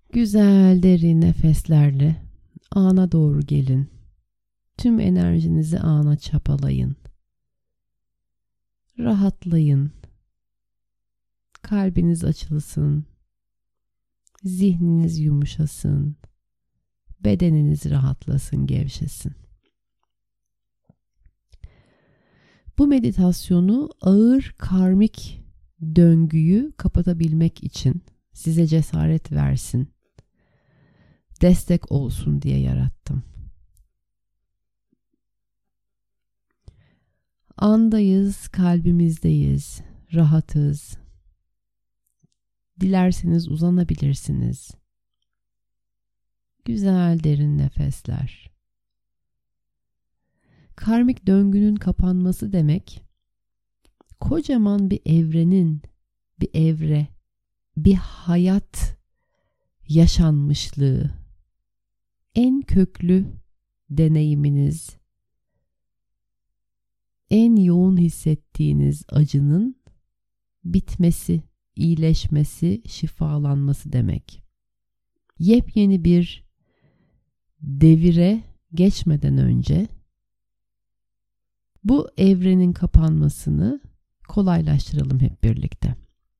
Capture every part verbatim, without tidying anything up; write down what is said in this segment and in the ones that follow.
Güzel derin nefeslerle ana doğru gelin. Tüm enerjinizi ana çapalayın. Rahatlayın. Kalbiniz açılsın. Zihniniz yumuşasın. Bedeniniz rahatlasın, gevşesin. Bu meditasyonu ağır karmik döngüyü kapatabilmek için size cesaret versin, destek olsun diye yarattım. Andayız, kalbimizdeyiz, rahatız. Dilerseniz uzanabilirsiniz. Güzel derin nefesler. Karmik döngünün kapanması demek, kocaman bir evrenin, bir evre, bir hayat yaşanmışlığı, en köklü deneyiminiz, en yoğun hissettiğiniz acının bitmesi, iyileşmesi, şifalanması demek. Yepyeni bir devire geçmeden önce bu evrenin kapanmasını kolaylaştıralım hep birlikte.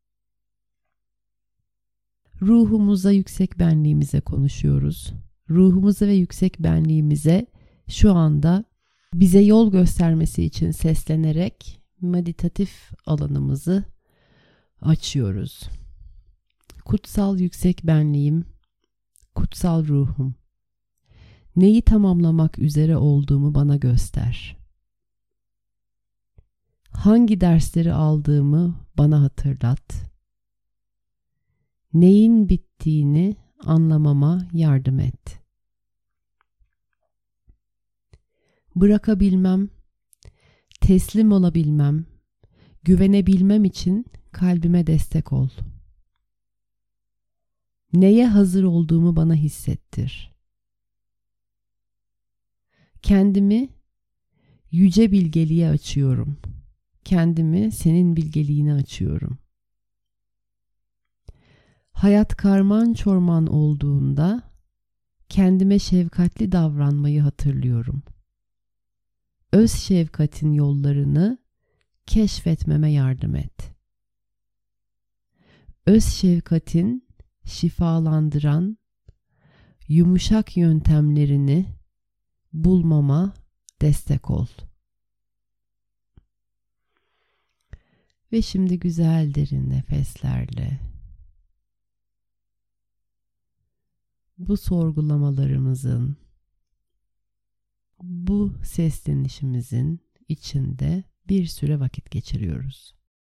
Ruhumuza, yüksek benliğimize konuşuyoruz. Ruhumuza ve yüksek benliğimize şu anda bize yol göstermesi için seslenerek meditatif alanımızı açıyoruz. Kutsal yüksek benliğim, kutsal ruhum, neyi tamamlamak üzere olduğumu bana göster. Hangi dersleri aldığımı bana hatırlat. Neyin bittiğini anlamama yardım et. Bırakabilmem, teslim olabilmem, güvenebilmem için kalbime destek ol. Neye hazır olduğumu bana hissettir. Kendimi yüce bilgeliğe açıyorum. Kendimi senin bilgeliğine açıyorum. Hayat karman çorman olduğunda kendime şefkatli davranmayı hatırlıyorum. Öz şefkatin yollarını keşfetmeme yardım et. Öz şefkatin şifalandıran yumuşak yöntemlerini bulmama destek ol. Ve şimdi güzel derin nefeslerle bu sorgulamalarımızın, bu seslenişimizin içinde bir süre vakit geçiriyoruz.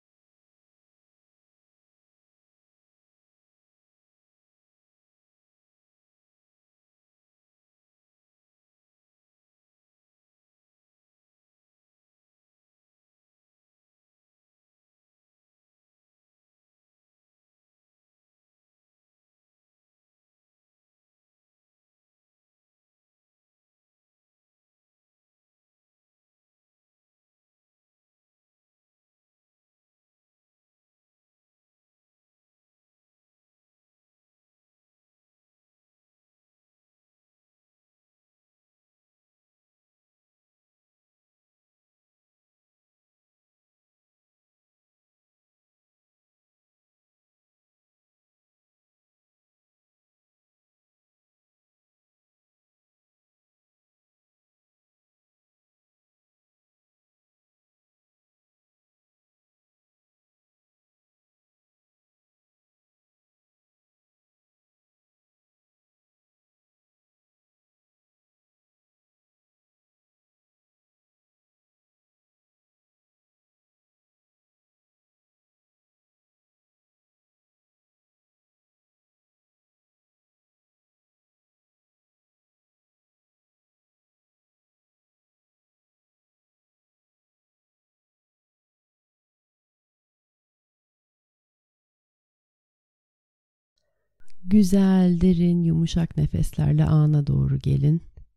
Güzel, derin, yumuşak nefeslerle ana doğru gelin.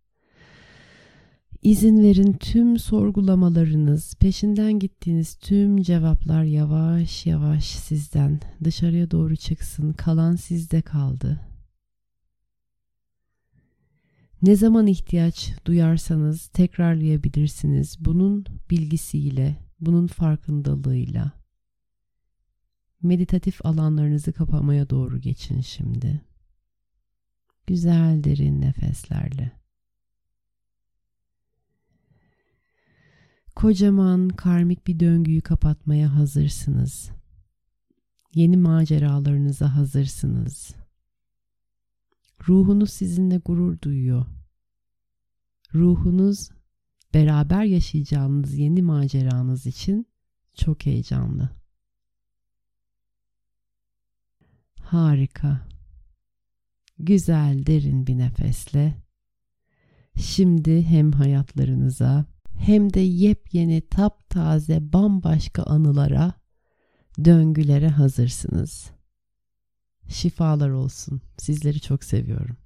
İzin verin tüm sorgulamalarınız, peşinden gittiğiniz tüm cevaplar yavaş yavaş sizden dışarıya doğru çıksın. Kalan sizde kaldı. Ne zaman ihtiyaç duyarsanız tekrarlayabilirsiniz. Bunun bilgisiyle, bunun farkındalığıyla meditatif alanlarınızı kapamaya doğru geçin şimdi. Güzel derin nefeslerle. Kocaman karmik bir döngüyü kapatmaya hazırsınız. Yeni maceralarınıza hazırsınız. Ruhunuz sizinle gurur duyuyor. Ruhunuz beraber yaşayacağınız yeni maceranız için çok heyecanlı. Harika. Güzel derin bir nefesle şimdi hem hayatlarınıza hem de yepyeni, taptaze, bambaşka anılara, döngülere hazırsınız. Şifalar olsun. Sizleri çok seviyorum.